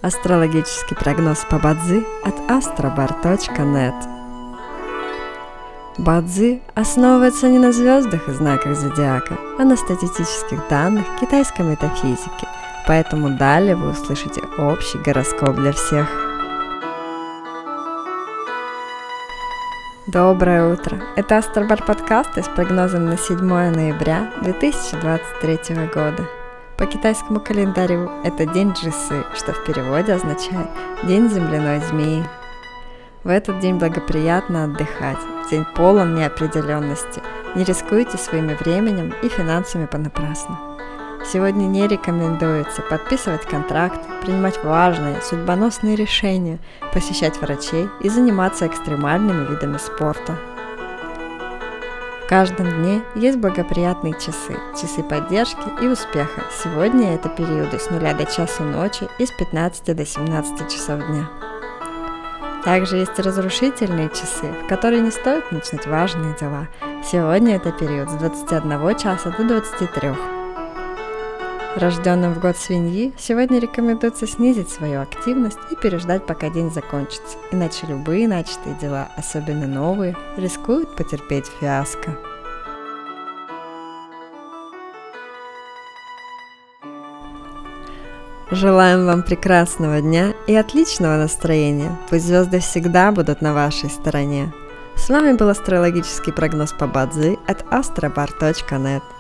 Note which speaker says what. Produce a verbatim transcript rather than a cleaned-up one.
Speaker 1: Астрологический прогноз по Бадзи от астробар точка нет. Бадзи основывается не на звездах и знаках зодиака, а на статистических данных китайской метафизики, поэтому далее вы услышите общий гороскоп для всех. Доброе утро! Это Астробар подкасты с прогнозом на седьмое ноября две тысячи двадцать третьего года. По китайскому календарю это день Джисы, что в переводе означает «день земляной змеи». В этот день благоприятно отдыхать, день полон неопределенности, не рискуйте своим временем и финансами понапрасну. Сегодня не рекомендуется подписывать контракты, принимать важные, судьбоносные решения, посещать врачей и заниматься экстремальными видами спорта. В каждом дне есть благоприятные часы, часы поддержки и успеха. Сегодня это периоды с нуля до часу ночи и с пятнадцати до семнадцати часов дня. Также есть разрушительные часы, в которые не стоит начинать важные дела. Сегодня это период с двадцати одного часа до двадцати трёх. Рожденным в год свиньи сегодня рекомендуется снизить свою активность и переждать, пока день закончится, иначе любые начатые дела, особенно новые, рискуют потерпеть фиаско. Желаем вам прекрасного дня и отличного настроения. Пусть звезды всегда будут на вашей стороне. С вами был астрологический прогноз по Бадзи от астробар точка нет.